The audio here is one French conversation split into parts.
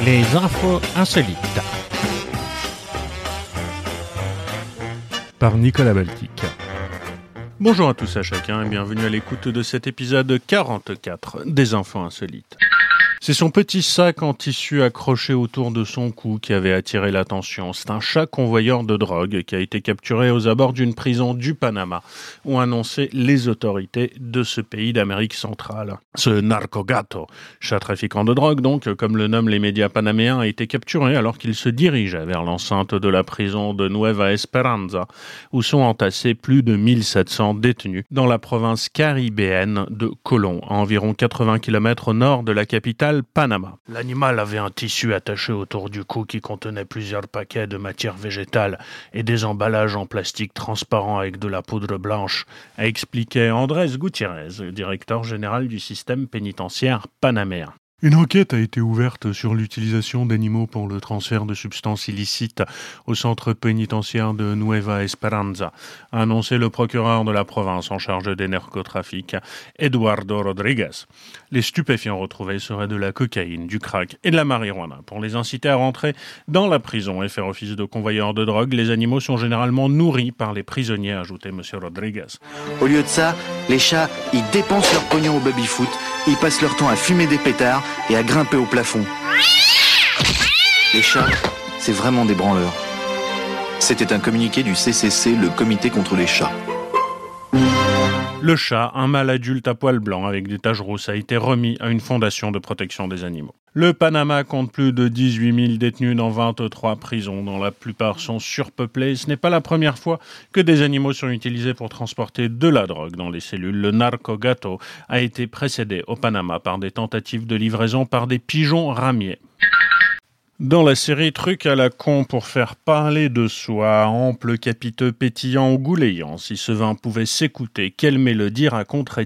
Les infos insolites. Par Nicolas Baltic. Bonjour à tous et à chacun et bienvenue à l'écoute de cet épisode 44 des infos insolites. C'est son petit sac en tissu accroché autour de son cou qui avait attiré l'attention. C'est un chat convoyeur de drogue qui a été capturé aux abords d'une prison du Panama, ont annoncé les autorités de ce pays d'Amérique centrale. Ce narcogato, chat trafiquant de drogue donc, comme le nomment les médias panaméens, a été capturé alors qu'il se dirigeait vers l'enceinte de la prison de Nueva Esperanza, où sont entassés plus de 1700 détenus dans la province caribéenne de Colón, à environ 80 km au nord de la capitale Panama. L'animal avait un tissu attaché autour du cou qui contenait plusieurs paquets de matière végétale et des emballages en plastique transparent avec de la poudre blanche, a expliqué Andrés Gutiérrez, directeur général du système pénitentiaire panaméen. Une enquête a été ouverte sur l'utilisation d'animaux pour le transfert de substances illicites au centre pénitentiaire de Nueva Esperanza, a annoncé le procureur de la province en charge des narcotrafics, Eduardo Rodriguez. Les stupéfiants retrouvés seraient de la cocaïne, du crack et de la marijuana. Pour les inciter à rentrer dans la prison et faire office de convoyeurs de drogue, les animaux sont généralement nourris par les prisonniers, a ajouté M. Rodriguez. Au lieu de ça, les chats, ils dépensent leur pognon au baby-foot, ils passent leur temps à fumer des pétards et à grimper au plafond. Les chats, c'est vraiment des branleurs. C'était un communiqué du CCC, le comité contre les chats. Le chat, un mâle adulte à poils blancs avec des taches rousses, a été remis à une fondation de protection des animaux. Le Panama compte plus de 18 000 détenus dans 23 prisons, dont la plupart sont surpeuplées. Ce n'est pas la première fois que des animaux sont utilisés pour transporter de la drogue dans les cellules. Le narcogato a été précédé au Panama par des tentatives de livraison par des pigeons ramiers. Dans la série Trucs à la con pour faire parler de soi, ample, capiteux, pétillant ou goulayant, si ce vin pouvait s'écouter, quelle mélodie raconterait-il ?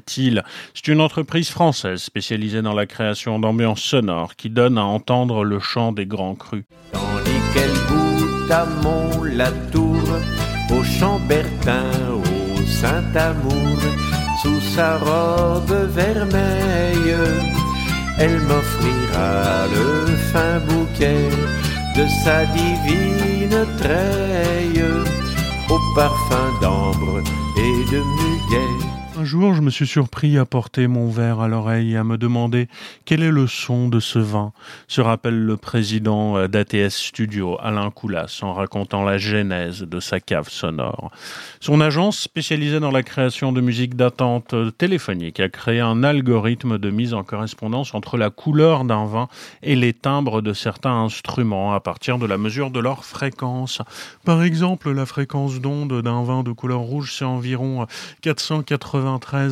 C'est une entreprise française spécialisée dans la création d'ambiances sonores qui donne à entendre le chant des grands crus. Tandis qu'elle goûte à Mont-Latour, au Chambertin, au Saint-Amour, sous sa robe vermeille, elle m'offrira le fin bouquet de sa divine treille, au parfum d'ambre et de muguet. Un jour, je me suis surpris à porter mon verre à l'oreille et à me demander quel est le son de ce vin, se rappelle le président d'ATS Studio, Alain Coulas, en racontant la genèse de sa cave sonore. Son agence, spécialisée dans la création de musique d'attente téléphonique, a créé un algorithme de mise en correspondance entre la couleur d'un vin et les timbres de certains instruments à partir de la mesure de leur fréquence. Par exemple, la fréquence d'onde d'un vin de couleur rouge, c'est environ 493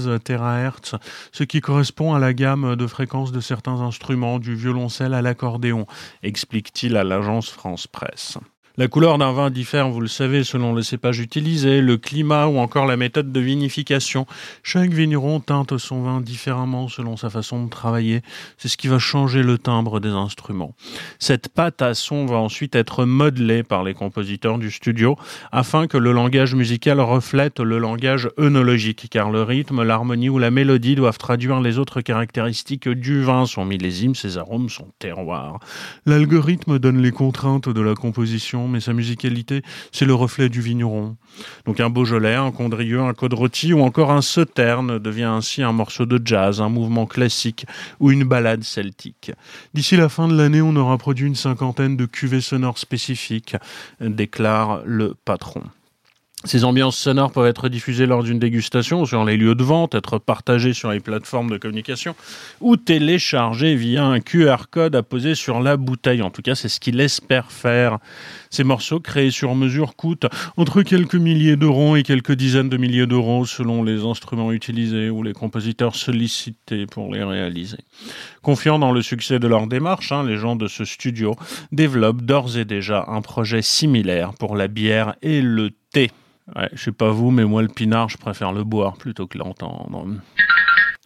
THz, ce qui correspond à la gamme de fréquences de certains instruments, du violoncelle à l'accordéon, explique-t-il à l'agence France Presse. La couleur d'un vin diffère, vous le savez, selon le cépage utilisé, le climat ou encore la méthode de vinification. Chaque vigneron teinte son vin différemment selon sa façon de travailler. C'est ce qui va changer le timbre des instruments. Cette pâte à son va ensuite être modelée par les compositeurs du studio afin que le langage musical reflète le langage œnologique, car le rythme, l'harmonie ou la mélodie doivent traduire les autres caractéristiques du vin, son millésime, ses arômes, son terroir. L'algorithme donne les contraintes de la composition, mais sa musicalité, c'est le reflet du vigneron. Donc un Beaujolais, un Condrieu, un Côte-Rôti ou encore un Sauterne devient ainsi un morceau de jazz, un mouvement classique ou une ballade celtique. D'ici la fin de l'année, on aura produit une 50aine de cuvées sonores spécifiques, déclare le patron. Ces ambiances sonores peuvent être diffusées lors d'une dégustation sur les lieux de vente, être partagées sur les plateformes de communication ou téléchargées via un QR code apposé sur la bouteille. En tout cas, c'est ce qu'il espère faire. Ces morceaux créés sur mesure coûtent entre quelques milliers d'euros et quelques dizaines de milliers d'euros selon les instruments utilisés ou les compositeurs sollicités pour les réaliser. Confiants dans le succès de leur démarche, les gens de ce studio développent d'ores et déjà un projet similaire pour la bière et le thé. Ouais, je sais pas vous, mais moi le pinard, je préfère le boire plutôt que l'entendre.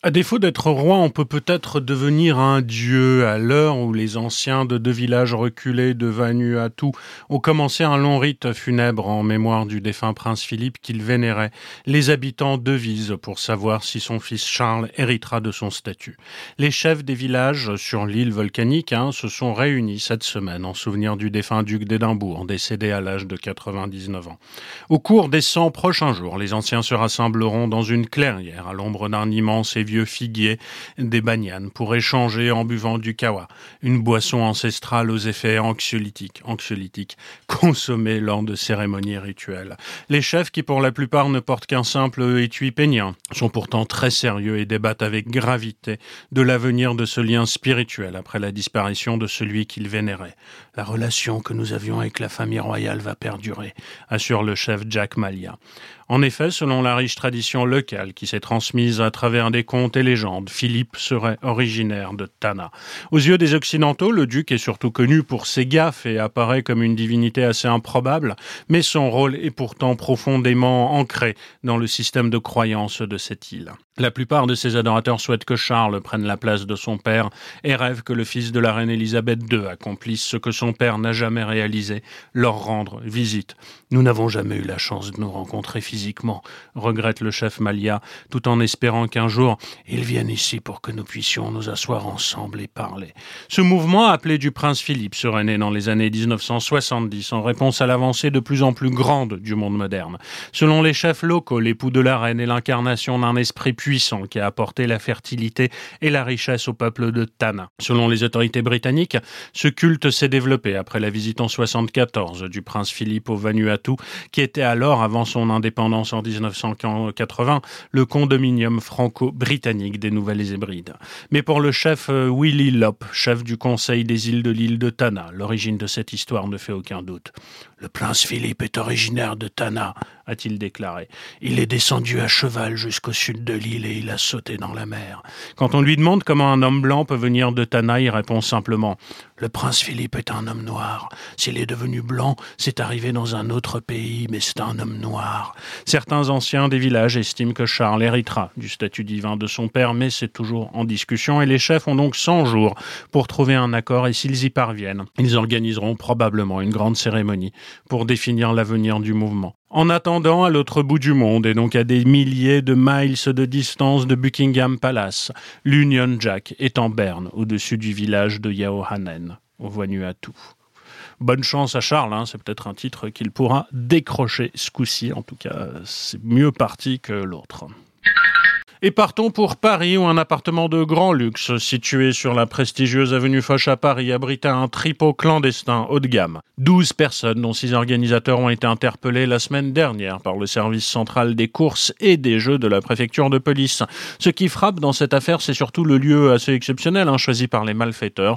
À défaut d'être roi, on peut peut-être devenir un dieu. À l'heure où les anciens de 2 villages reculés de Vanuatu ont commencé un long rite funèbre en mémoire du défunt prince Philippe qu'ils vénéraient, les habitants devisent pour savoir si son fils Charles héritera de son statut. Les chefs des villages sur l'île volcanique se sont réunis cette semaine en souvenir du défunt duc d'Édimbourg, décédé à l'âge de 99 ans. Au cours des 100 prochains jours, les anciens se rassembleront dans une clairière à l'ombre d'un immense et vieux figuier des Banyanes pour échanger en buvant du kawa, une boisson ancestrale aux effets anxiolytiques consommée lors de cérémonies rituelles. Les chefs, qui pour la plupart ne portent qu'un simple étui pénien, sont pourtant très sérieux et débattent avec gravité de l'avenir de ce lien spirituel après la disparition de celui qu'ils vénéraient. La relation que nous avions avec la famille royale va perdurer, assure le chef Jack Malia. En effet, selon la riche tradition locale qui s'est transmise à travers des contes et légendes, Philippe serait originaire de Tana. Aux yeux des Occidentaux, le duc est surtout connu pour ses gaffes et apparaît comme une divinité assez improbable, mais son rôle est pourtant profondément ancré dans le système de croyance de cette île. La plupart de ses adorateurs souhaitent que Charles prenne la place de son père et rêvent que le fils de la reine Élisabeth II accomplisse ce que son père n'a jamais réalisé, leur rendre visite. Nous n'avons jamais eu la chance de nous rencontrer physiquement, regrette le chef Malia, tout en espérant qu'un jour, ils viennent ici pour que nous puissions nous asseoir ensemble et parler. Ce mouvement, appelé du prince Philippe, serait né dans les années 1970 en réponse à l'avancée de plus en plus grande du monde moderne. Selon les chefs locaux, l'époux de la reine est l'incarnation d'un esprit puissant qui a apporté la fertilité et la richesse au peuple de Tana. Selon les autorités britanniques, ce culte s'est développé après la visite en 1974 du prince Philippe au Vanuatu, qui était alors, avant son indépendance en 1980, le condominium franco-britannique des Nouvelles-Hébrides. Mais pour le chef Willie Lopp, chef du conseil des îles de l'île de Tana, l'origine de cette histoire ne fait aucun doute. Le prince Philippe est originaire de Tana, a-t-il déclaré. Il est descendu à cheval jusqu'au sud de l'île et il a sauté dans la mer. Quand on lui demande comment un homme blanc peut venir de Tana, il répond simplement « Le prince Philippe est un homme noir. S'il est devenu blanc, c'est arrivé dans un autre pays, mais c'est un homme noir. » Certains anciens des villages estiment que Charles héritera du statut divin de son père, mais c'est toujours en discussion et les chefs ont donc 100 jours pour trouver un accord et s'ils y parviennent, ils organiseront probablement une grande cérémonie pour définir l'avenir du mouvement. En attendant, à l'autre bout du monde, et donc à des milliers de miles de distance de Buckingham Palace, l'Union Jack est en berne au-dessus du village de Yaohanen, au Vanuatu. Bonne chance à Charles, c'est peut-être un titre qu'il pourra décrocher ce coup-ci. En tout cas, c'est mieux parti que l'autre. Et partons pour Paris, où un appartement de grand luxe, situé sur la prestigieuse avenue Foch à Paris, abritait un tripot clandestin haut de gamme. 12 personnes, dont 6 organisateurs, ont été interpellés la semaine dernière par le service central des courses et des jeux de la préfecture de police. Ce qui frappe dans cette affaire, c'est surtout le lieu assez exceptionnel, choisi par les malfaiteurs,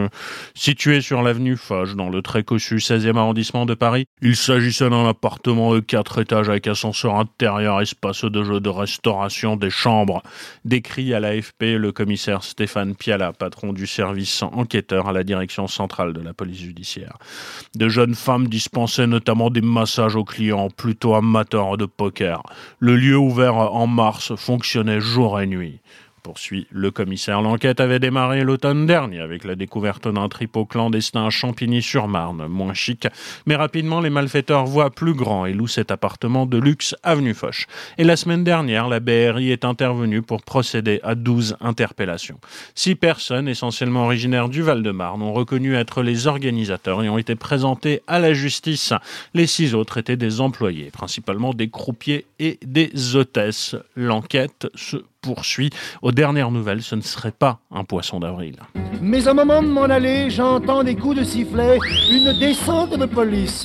situé sur l'avenue Foch, dans le très cossu 16e arrondissement de Paris. Il s'agissait d'un appartement de 4 étages avec ascenseur intérieur, espace de jeu, de restauration, des chambre, décrit à l'AFP le commissaire Stéphane Piala, patron du service enquêteur à la direction centrale de la police judiciaire. De jeunes femmes dispensaient notamment des massages aux clients, plutôt amateurs de poker. Le lieu ouvert en mars fonctionnait jour et nuit. Poursuit le commissaire. L'enquête avait démarré l'automne dernier avec la découverte d'un tripot clandestin à Champigny-sur-Marne, moins chic, mais rapidement les malfaiteurs voient plus grand et louent cet appartement de luxe avenue Foch. Et la semaine dernière, la BRI est intervenue pour procéder à 12 interpellations. 6 personnes, essentiellement originaires du Val-de-Marne, ont reconnu être les organisateurs et ont été présentées à la justice. Les 6 autres étaient des employés, principalement des croupiers et des hôtesses. L'enquête se poursuit. Aux dernières nouvelles, ce ne serait pas un poisson d'avril. Mais au moment de m'en aller, j'entends des coups de sifflet, une descente de police.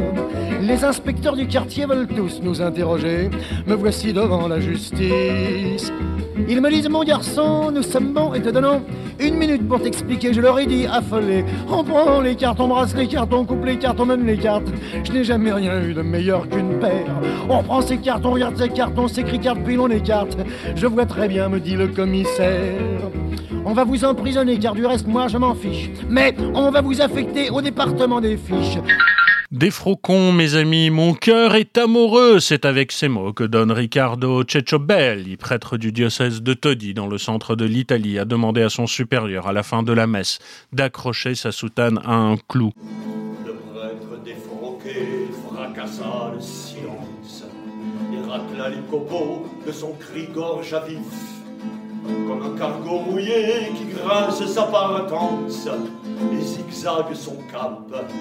Les inspecteurs du quartier veulent tous nous interroger. Me voici devant la justice. Ils me disent, mon garçon, nous sommes bons et te donnons 1 minute pour t'expliquer. Je leur ai dit, affolé, on prend les cartes, on brasse les cartes, on coupe les cartes, on mène les cartes. Je n'ai jamais rien eu de meilleur qu'une paire. On prend ces cartes, on regarde ces cartes, on s'écrit cartes, puis on écarte. Je vois très bien, me dit le commissaire. On va vous emprisonner car du reste moi je m'en fiche. Mais on va vous affecter au département des fiches. Des frocons, mes amis, mon cœur est amoureux. C'est avec ces mots que Don Riccardo Cecciobelli, prêtre du diocèse de Todi, dans le centre de l'Italie, a demandé à son supérieur, à la fin de la messe, d'accrocher sa soutane à un clou. Le prêtre défroqué fracassa le silence et racla les copeaux de son cri gorge à vif. Comme un cargo rouillé qui grince sa partance et zigzague son cap,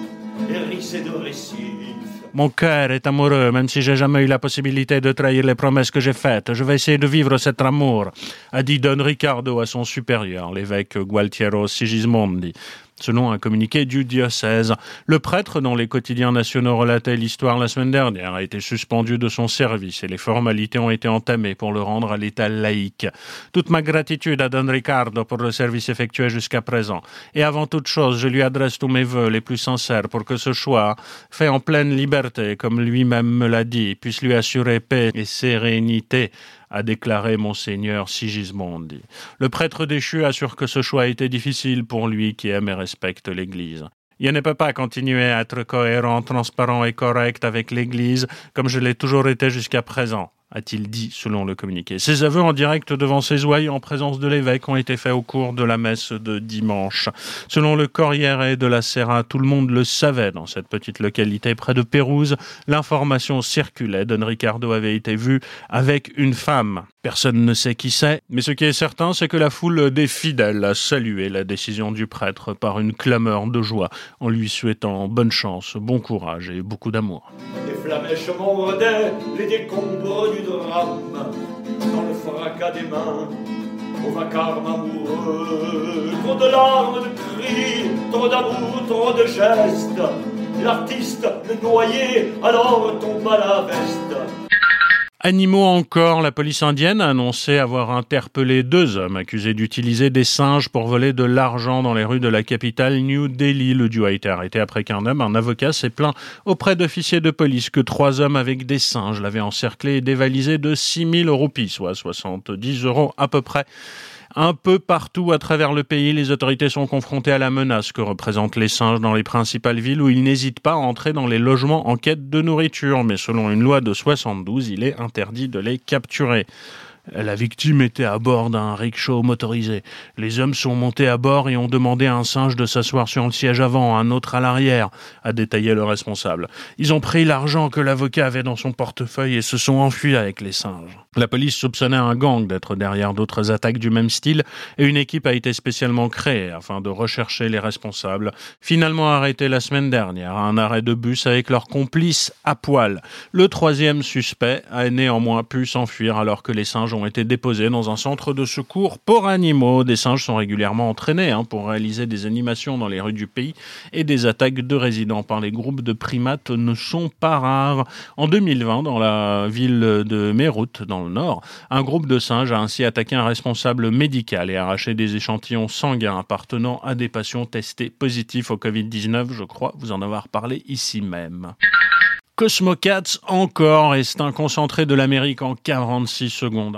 hérissé de récifs. Mon cœur est amoureux, même si j'ai jamais eu la possibilité de trahir les promesses que j'ai faites. Je vais essayer de vivre cet amour, a dit Don Riccardo à son supérieur, l'évêque Gualtiero Sigismondi. Selon un communiqué du diocèse, le prêtre dont les quotidiens nationaux relataient l'histoire la semaine dernière a été suspendu de son service et les formalités ont été entamées pour le rendre à l'état laïque. Toute ma gratitude à Don Riccardo pour le service effectué jusqu'à présent. Et avant toute chose, je lui adresse tous mes vœux les plus sincères pour que ce choix, fait en pleine liberté, comme lui-même me l'a dit, puisse lui assurer paix et sérénité, a déclaré Monseigneur Sigismondi. Le prêtre déchu assure que ce choix a été difficile pour lui qui aime et respecte l'Église. Je ne peux pas continuer à être cohérent, transparent et correct avec l'Église comme je l'ai toujours été jusqu'à présent, a-t-il dit selon le communiqué. Ces aveux en direct devant ses ouailles en présence de l'évêque ont été faits au cours de la messe de dimanche. Selon le Corriere della Sera, tout le monde le savait dans cette petite localité près de Pérouse. L'information circulait. Don Riccardo avait été vu avec une femme. Personne ne sait qui c'est, mais ce qui est certain, c'est que la foule des fidèles a salué la décision du prêtre par une clameur de joie, en lui souhaitant bonne chance, bon courage et beaucoup d'amour. Les flamèches mordaient les décombres du drame, dans le fracas des mains, au vacarme amoureux. Trop de larmes, de cris, trop d'amour, trop de gestes. L'artiste, le noyé, alors tombe à la veste. Animaux encore, la police indienne a annoncé avoir interpellé 2 hommes accusés d'utiliser des singes pour voler de l'argent dans les rues de la capitale New Delhi. Le duo a été arrêté après qu'un homme, un avocat, s'est plaint auprès d'officiers de police que 3 hommes avec des singes l'avaient encerclé et dévalisé de 6 000 roupies, soit 70 € à peu près. Un peu partout à travers le pays, les autorités sont confrontées à la menace que représentent les singes dans les principales villes où ils n'hésitent pas à entrer dans les logements en quête de nourriture. Mais selon une loi de 72, il est interdit de les capturer. La victime était à bord d'un rickshaw motorisé. Les hommes sont montés à bord et ont demandé à un singe de s'asseoir sur le siège avant, un autre à l'arrière, a détaillé le responsable. Ils ont pris l'argent que l'avocat avait dans son portefeuille et se sont enfuis avec les singes. La police soupçonnait un gang d'être derrière d'autres attaques du même style et une équipe a été spécialement créée afin de rechercher les responsables, finalement arrêtés la semaine dernière à un arrêt de bus avec leurs complices à poil. Le 3e suspect a néanmoins pu s'enfuir alors que les singes ont été déposés dans un centre de secours pour animaux. Des singes sont régulièrement entraînés pour réaliser des animations dans les rues du pays et des attaques de résidents par les groupes de primates ne sont pas rares. En 2020, dans la ville de Meerut, dans le nord, un groupe de singes a ainsi attaqué un responsable médical et arraché des échantillons sanguins appartenant à des patients testés positifs au Covid-19. Je crois vous en avoir parlé ici même. Cosmocats encore, et c'est un concentré de l'Amérique en 46 secondes.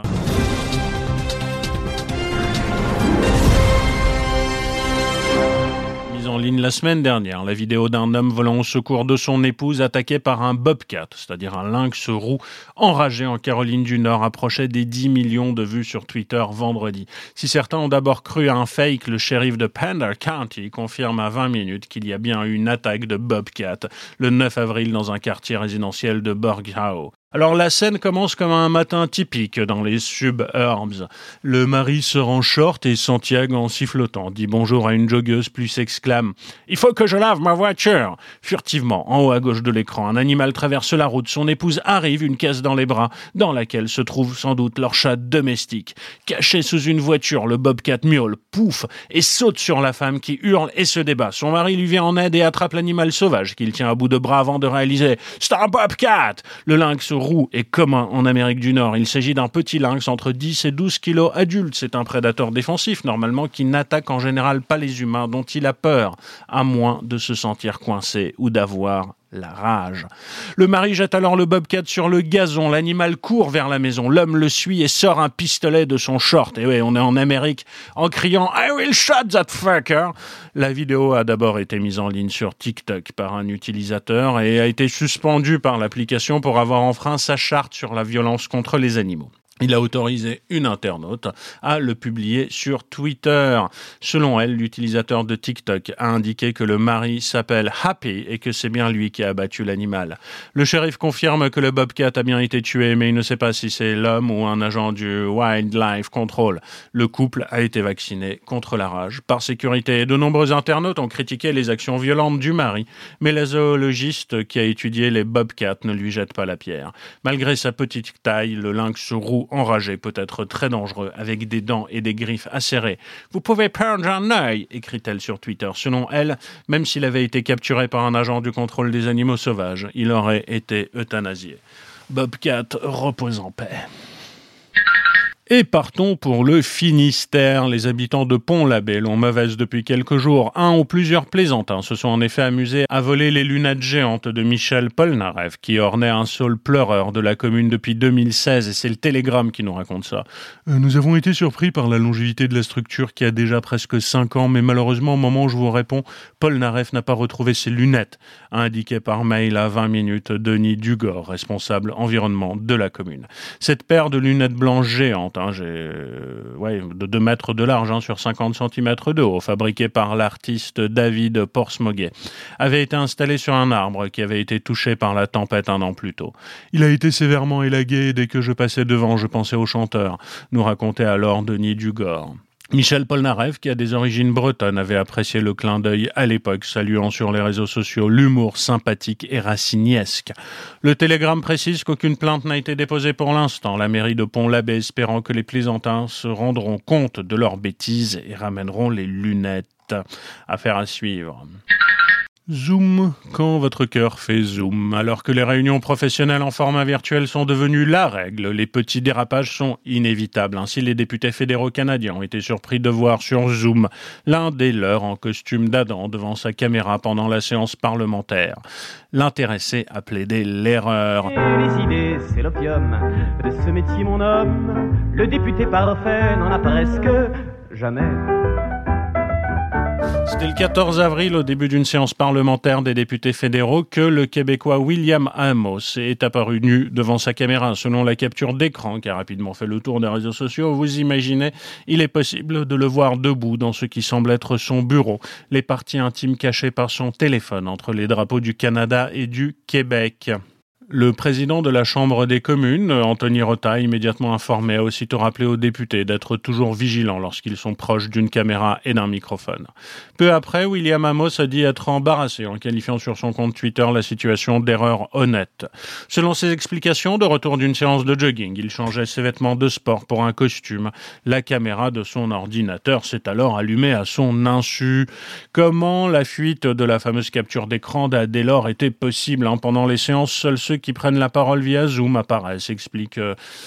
En ligne la semaine dernière, la vidéo d'un homme volant au secours de son épouse attaqué par un bobcat, c'est-à-dire un lynx roux enragé en Caroline du Nord, approchait des 10 millions de vues sur Twitter vendredi. Si certains ont d'abord cru à un fake, le shérif de Pender County confirme à 20 minutes qu'il y a bien eu une attaque de bobcat le 9 avril dans un quartier résidentiel de Burgau. Alors la scène commence comme un matin typique dans les suburbs. Le mari sort en short et Santiago en sifflotant dit bonjour à une joggeuse puis s'exclame « Il faut que je lave ma voiture !» Furtivement, en haut à gauche de l'écran, un animal traverse la route. Son épouse arrive, une caisse dans les bras, dans laquelle se trouve sans doute leur chat domestique. Caché sous une voiture, le bobcat miaule, pouf, et saute sur la femme qui hurle et se débat. Son mari lui vient en aide et attrape l'animal sauvage qu'il tient à bout de bras avant de réaliser « C'est un bobcat !» Le lynx roux est commun en Amérique du Nord. Il s'agit d'un petit lynx entre 10 et 12 kilos adulte. C'est un prédateur défensif, normalement, qui n'attaque en général pas les humains dont il a peur, à moins de se sentir coincé ou d'avoir la rage. Le mari jette alors le bobcat sur le gazon, l'animal court vers la maison, l'homme le suit et sort un pistolet de son short. Et oui, on est en Amérique, en criant « I will shot that fucker !» La vidéo a d'abord été mise en ligne sur TikTok par un utilisateur et a été suspendue par l'application pour avoir enfreint sa charte sur la violence contre les animaux. Il a autorisé une internaute à le publier sur Twitter. Selon elle, l'utilisateur de TikTok a indiqué que le mari s'appelle Happy et que c'est bien lui qui a abattu l'animal. Le shérif confirme que le bobcat a bien été tué, mais il ne sait pas si c'est l'homme ou un agent du Wildlife Control. Le couple a été vacciné contre la rage par sécurité. De nombreux internautes ont critiqué les actions violentes du mari, mais la zoologiste qui a étudié les bobcats ne lui jette pas la pierre. Malgré sa petite taille, le lynx roux enragé peut être très dangereux avec des dents et des griffes acérées. « Vous pouvez perdre un œil !» écrit-elle sur Twitter. Selon elle, même s'il avait été capturé par un agent du contrôle des animaux sauvages, il aurait été euthanasié. Bobcat repose en paix. Et partons pour le Finistère. Les habitants de Pont-l'Abbé l'ont mauvaise depuis quelques jours. Un ou plusieurs plaisantins se sont en effet amusés à voler les lunettes géantes de Michel Polnareff, qui ornait un saule pleureur de la commune depuis 2016. Et c'est le Télégramme qui nous raconte ça. Nous avons été surpris par la longévité de la structure qui a déjà presque 5 ans, mais malheureusement, au moment où je vous réponds, Polnareff n'a pas retrouvé ses lunettes, a indiqué par mail à 20 minutes Denis Dugor, responsable environnement de la commune. Cette paire de lunettes blanches géantes, de 2 mètres de large sur 50 cm de haut, fabriquée par l'artiste David Porsmoguet, avait été installée sur un arbre qui avait été touché par la tempête 1 an plus tôt. Il a été sévèrement élagué et dès que je passais devant, je pensais au chanteur, nous racontait alors Denis Dugor. Michel Polnareff, qui a des origines bretonnes, avait apprécié le clin d'œil à l'époque, saluant sur les réseaux sociaux l'humour sympathique et raciniesque. Le Télégramme précise qu'aucune plainte n'a été déposée pour l'instant. La mairie de Pont-l'Abbé espérant que les plaisantins se rendront compte de leurs bêtises et ramèneront les lunettes. Affaire à suivre. Zoom, quand votre cœur fait zoom. Alors que les réunions professionnelles en format virtuel sont devenues la règle, les petits dérapages sont inévitables. Ainsi, les députés fédéraux canadiens ont été surpris de voir sur Zoom l'un des leurs en costume d'Adam devant sa caméra pendant la séance parlementaire. L'intéressé a plaidé l'erreur. Et les idées, c'est l'opium de ce métier, mon homme. Le député parfait n'en a presque jamais. C'était le 14 avril, au début d'une séance parlementaire des députés fédéraux, que le Québécois William Amos est apparu nu devant sa caméra. Selon la capture d'écran qui a rapidement fait le tour des réseaux sociaux, vous imaginez, il est possible de le voir debout dans ce qui semble être son bureau, les parties intimes cachées par son téléphone entre les drapeaux du Canada et du Québec. Le président de la Chambre des communes, Anthony Rota, immédiatement informé, a aussitôt rappelé aux députés d'être toujours vigilants lorsqu'ils sont proches d'une caméra et d'un microphone. Peu après, William Amos a dit être embarrassé en qualifiant sur son compte Twitter la situation d'erreur honnête. Selon ses explications, de retour d'une séance de jogging, il changeait ses vêtements de sport pour un costume. La caméra de son ordinateur s'est alors allumée à son insu. Comment la fuite de la fameuse capture d'écran a dès lors été possible pendant les séances, seuls ceux qui prennent la parole via Zoom apparaissent, explique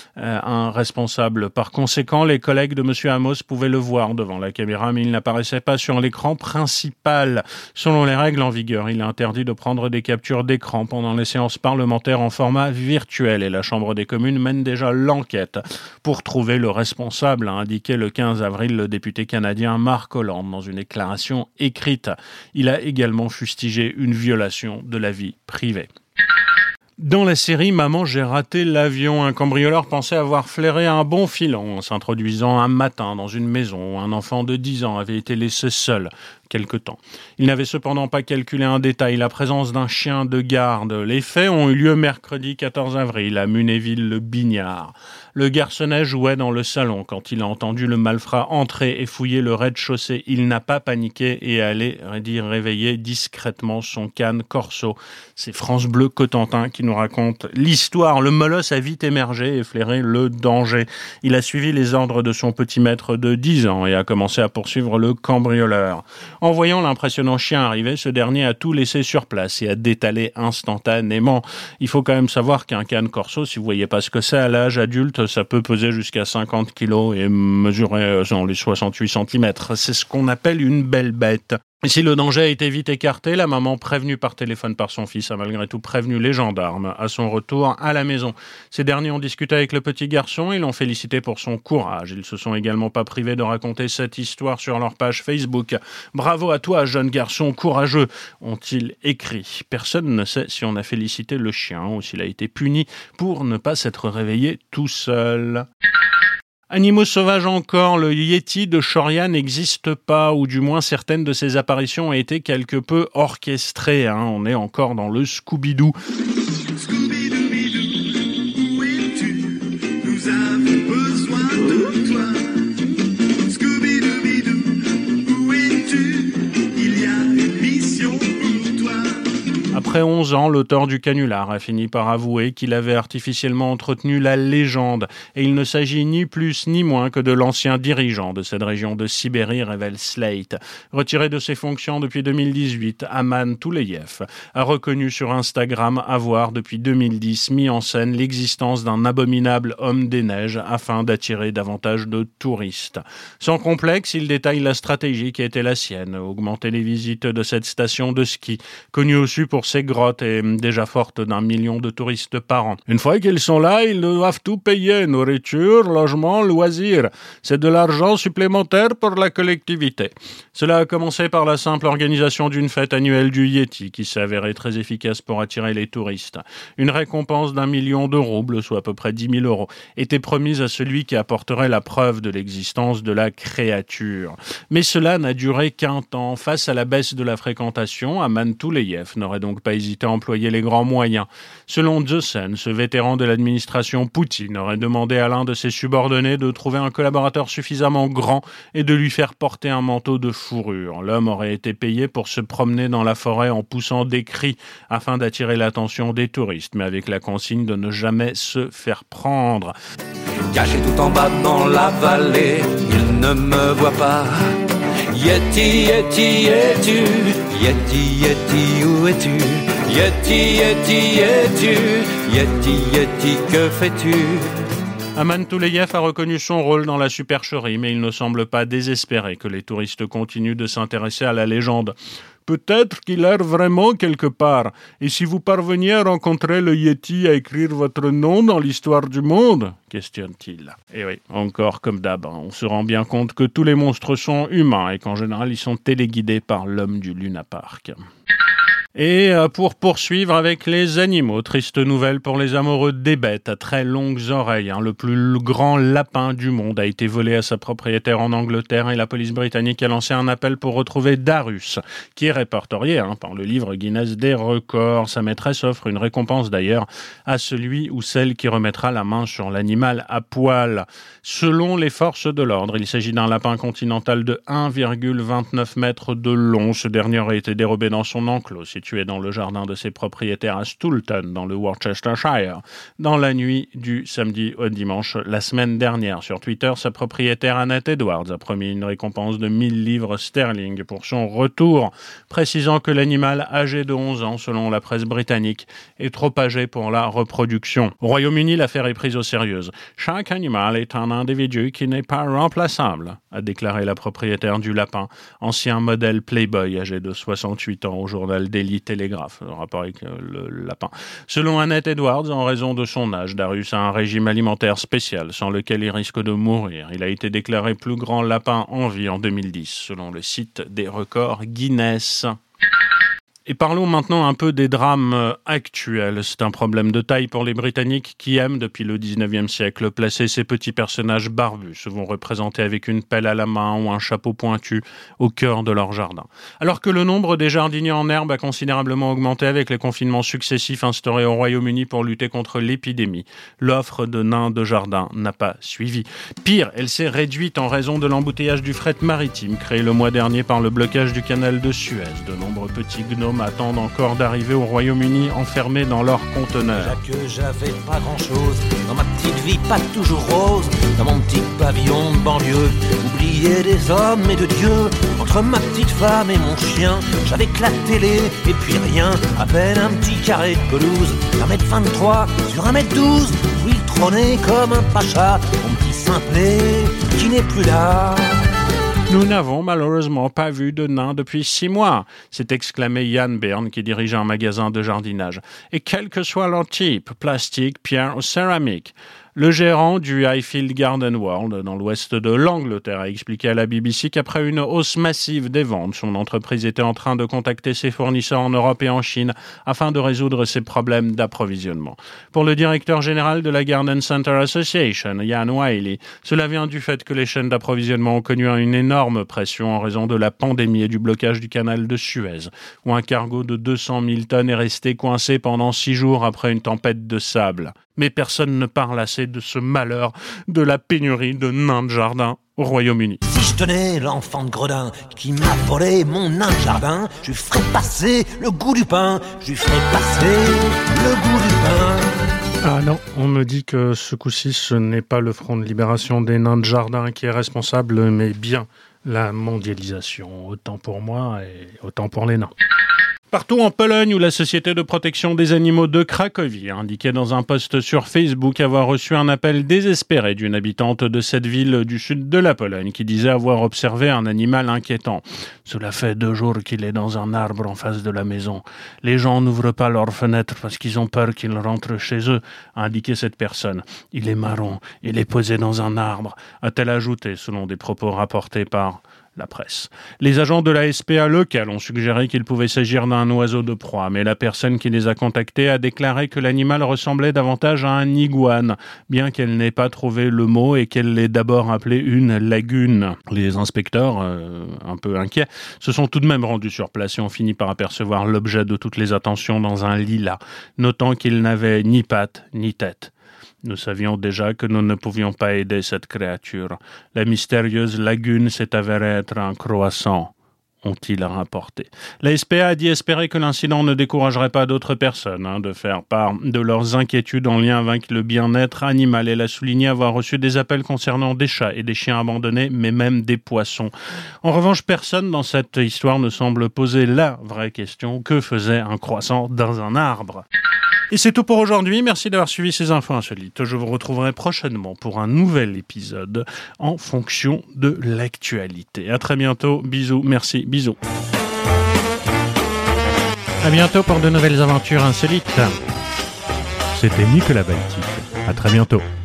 un responsable. Par conséquent, les collègues de M. Amos pouvaient le voir devant la caméra, mais il n'apparaissait pas sur l'écran principal. Selon les règles en vigueur, il est interdit de prendre des captures d'écran pendant les séances parlementaires en format virtuel et la Chambre des communes mène déjà l'enquête pour trouver le responsable, a indiqué le 15 avril le député canadien Marc Hollande dans une déclaration écrite. Il a également fustigé une violation de la vie privée. Dans la série « Maman, j'ai raté l'avion », un cambrioleur pensait avoir flairé un bon filon en s'introduisant un matin dans une maison où un enfant de 10 ans avait été laissé seul quelque temps. Il n'avait cependant pas calculé un détail, la présence d'un chien de garde. Les faits ont eu lieu mercredi 14 avril à Munéville-le-Bignard. Le garçonnet jouait dans le salon quand il a entendu le malfrat entrer et fouiller le rez-de-chaussée. Il n'a pas paniqué et est allé réveiller discrètement son cane corso. C'est France Bleu Cotentin qui nous raconte l'histoire. Le molosse a vite émergé et flairé le danger. Il a suivi les ordres de son petit maître de 10 ans et a commencé à poursuivre le cambrioleur. En voyant l'impressionnant chien arriver, ce dernier a tout laissé sur place et a détalé instantanément. Il faut quand même savoir qu'un cane corso, si vous voyez pas ce que c'est à l'âge adulte, ça peut peser jusqu'à 50 kilos et mesurer dans les 68 cm. C'est ce qu'on appelle une belle bête. Et si le danger a été vite écarté, la maman, prévenue par téléphone par son fils, a malgré tout prévenu les gendarmes à son retour à la maison. Ces derniers ont discuté avec le petit garçon et l'ont félicité pour son courage. Ils se sont également pas privés de raconter cette histoire sur leur page Facebook. « Bravo à toi, jeune garçon courageux !» ont-ils écrit. Personne ne sait si on a félicité le chien ou s'il a été puni pour ne pas s'être réveillé tout seul. Animaux sauvages encore, le Yéti de Shoria n'existe pas, ou du moins certaines de ses apparitions ont été quelque peu orchestrées. On est encore dans le Scooby-Doo. Scooby-Doo, où es-tu ? Nous avons besoin de toi. Scooby-Doo, où es-tu ? Il y a une mission pour toi. Après 11 ans, l'auteur du canular a fini par avouer qu'il avait artificiellement entretenu la légende. Et il ne s'agit ni plus ni moins que de l'ancien dirigeant de cette région de Sibérie, révèle Slate. Retiré de ses fonctions depuis 2018, Aman Touleyev a reconnu sur Instagram avoir, depuis 2010, mis en scène l'existence d'un abominable homme des neiges afin d'attirer davantage de touristes. Sans complexe, il détaille la stratégie qui était la sienne, augmenter les visites de cette station de ski, connue aussi pour ses grottes et déjà forte d'1 million de touristes par an. Une fois qu'ils sont là, ils doivent tout payer, nourriture, logement, loisirs. C'est de l'argent supplémentaire pour la collectivité. Cela a commencé par la simple organisation d'une fête annuelle du Yéti qui s'est avérée très efficace pour attirer les touristes. Une récompense d'1 million de roubles, soit à peu près 10 000 euros, était promise à celui qui apporterait la preuve de l'existence de la créature. Mais cela n'a duré qu'un temps. Face à la baisse de la fréquentation, Aman Touleyev n'aurait donc pas hésité à employer les grands moyens. Selon Dzessen, ce vétéran de l'administration Poutine aurait demandé à l'un de ses subordonnés de trouver un collaborateur suffisamment grand et de lui faire porter un manteau de fourrure. L'homme aurait été payé pour se promener dans la forêt en poussant des cris afin d'attirer l'attention des touristes, mais avec la consigne de ne jamais se faire prendre. Caché tout en bas dans la vallée, il ne me voit pas. Yéti, Yéti, es-tu ? Yéti, Yéti, où es-tu ? Yéti, Yéti, es-tu ? Yéti, Yéti, que fais-tu ? Aman Touleyev a reconnu son rôle dans la supercherie, mais il ne semble pas désespéré que les touristes continuent de s'intéresser à la légende. Peut-être qu'il erre vraiment quelque part. Et si vous parveniez à rencontrer le Yéti, à écrire votre nom dans l'histoire du monde ? Questionne-t-il. Et oui, encore comme d'hab, on se rend bien compte que tous les monstres sont humains et qu'en général, ils sont téléguidés par l'homme du Luna Park. Et pour poursuivre avec les animaux, triste nouvelle pour les amoureux des bêtes à très longues oreilles. Le plus grand lapin du monde a été volé à sa propriétaire en Angleterre et la police britannique a lancé un appel pour retrouver Darius, qui est répertorié par le livre Guinness des records. Sa maîtresse offre une récompense d'ailleurs à celui ou celle qui remettra la main sur l'animal à poil. Selon les forces de l'ordre, il s'agit d'un lapin continental de 1,29 mètres de long. Ce dernier aurait été dérobé dans son enclos, situé dans le jardin de ses propriétaires à Stoulton, dans le Worcestershire, dans la nuit du samedi au dimanche la semaine dernière. Sur Twitter, sa propriétaire Annette Edwards a promis une récompense de 1000 livres sterling pour son retour, précisant que l'animal âgé de 11 ans, selon la presse britannique, est trop âgé pour la reproduction. Au Royaume-Uni, l'affaire est prise au sérieux. « Chaque animal est un individu qui n'est pas remplaçable », a déclaré la propriétaire du lapin, ancien modèle Playboy âgé de 68 ans au journal Daily Telegraph, en rapport avec le lapin. Selon Annette Edwards, en raison de son âge, Darius a un régime alimentaire spécial, sans lequel il risque de mourir. Il a été déclaré plus grand lapin en vie en 2010, selon le site des records Guinness. Et parlons maintenant un peu des drames actuels. C'est un problème de taille pour les Britanniques qui aiment, depuis le 19e siècle, placer ces petits personnages barbus, souvent représentés avec une pelle à la main ou un chapeau pointu, au cœur de leur jardin. Alors que le nombre des jardiniers en herbe a considérablement augmenté avec les confinements successifs instaurés au Royaume-Uni pour lutter contre l'épidémie, l'offre de nains de jardin n'a pas suivi. Pire, elle s'est réduite en raison de l'embouteillage du fret maritime, créé le mois dernier par le blocage du canal de Suez. De nombreux petits gnomes attendent encore d'arriver au Royaume-Uni enfermés dans leurs conteneurs. J'avais pas grand-chose dans ma petite vie, pas toujours rose, dans mon petit pavillon de banlieue, oublié des hommes et de Dieu. Entre ma petite femme et mon chien, j'avais que la télé et puis rien, à peine un petit carré de pelouse, 1m23 sur 1m12, où il trônait comme un pacha, mon petit simplet qui n'est plus là. Nous n'avons malheureusement pas vu de nains depuis 6 mois, s'est exclamé Yann Byrne qui dirige un magasin de jardinage. Et quel que soit leur type, plastique, pierre ou céramique. Le gérant du Highfield Garden World, dans l'ouest de l'Angleterre, a expliqué à la BBC qu'après une hausse massive des ventes, son entreprise était en train de contacter ses fournisseurs en Europe et en Chine afin de résoudre ses problèmes d'approvisionnement. Pour le directeur général de la Garden Center Association, Ian Wiley, cela vient du fait que les chaînes d'approvisionnement ont connu une énorme pression en raison de la pandémie et du blocage du canal de Suez, où un cargo de 200 000 tonnes est resté coincé pendant 6 jours après une tempête de sable. Mais personne ne parle assez de ce malheur de la pénurie de nains de jardin au Royaume-Uni. Si je tenais l'enfant de Gredin qui m'a volé mon nain de jardin, je lui ferais passer le goût du pain, je lui ferais passer le goût du pain. Ah non, on me dit que ce coup-ci, ce n'est pas le Front de libération des nains de jardin qui est responsable, mais bien la mondialisation. Autant pour moi et autant pour les nains. Partout en Pologne, où la Société de protection des animaux de Cracovie a indiqué dans un post sur Facebook avoir reçu un appel désespéré d'une habitante de cette ville du sud de la Pologne qui disait avoir observé un animal inquiétant. Cela fait 2 jours qu'il est dans un arbre en face de la maison. Les gens n'ouvrent pas leurs fenêtres parce qu'ils ont peur qu'il rentre chez eux, a indiqué cette personne. Il est marron, il est posé dans un arbre, a-t-elle ajouté selon des propos rapportés par la presse. Les agents de la SPA locale ont suggéré qu'il pouvait s'agir d'un oiseau de proie, mais la personne qui les a contactés a déclaré que l'animal ressemblait davantage à un iguane, bien qu'elle n'ait pas trouvé le mot et qu'elle l'ait d'abord appelé une lagune. Les inspecteurs, un peu inquiets, se sont tout de même rendus sur place et ont fini par apercevoir l'objet de toutes les attentions dans un lilas, notant qu'il n'avait ni pattes ni tête. Nous savions déjà que nous ne pouvions pas aider cette créature. La mystérieuse lagune s'est avérée être un croissant, ont-ils rapporté. La SPA a dit espérer que l'incident ne découragerait pas d'autres personnes de faire part de leurs inquiétudes en lien avec le bien-être animal. Elle a souligné avoir reçu des appels concernant des chats et des chiens abandonnés, mais même des poissons. En revanche, personne dans cette histoire ne semble poser la vraie question: que faisait un croissant dans un arbre ? Et c'est tout pour aujourd'hui. Merci d'avoir suivi ces infos insolites. Je vous retrouverai prochainement pour un nouvel épisode en fonction de l'actualité. À très bientôt. Bisous. Merci. Bisous. À bientôt pour de nouvelles aventures insolites. C'était Nicolas Baltic. À très bientôt.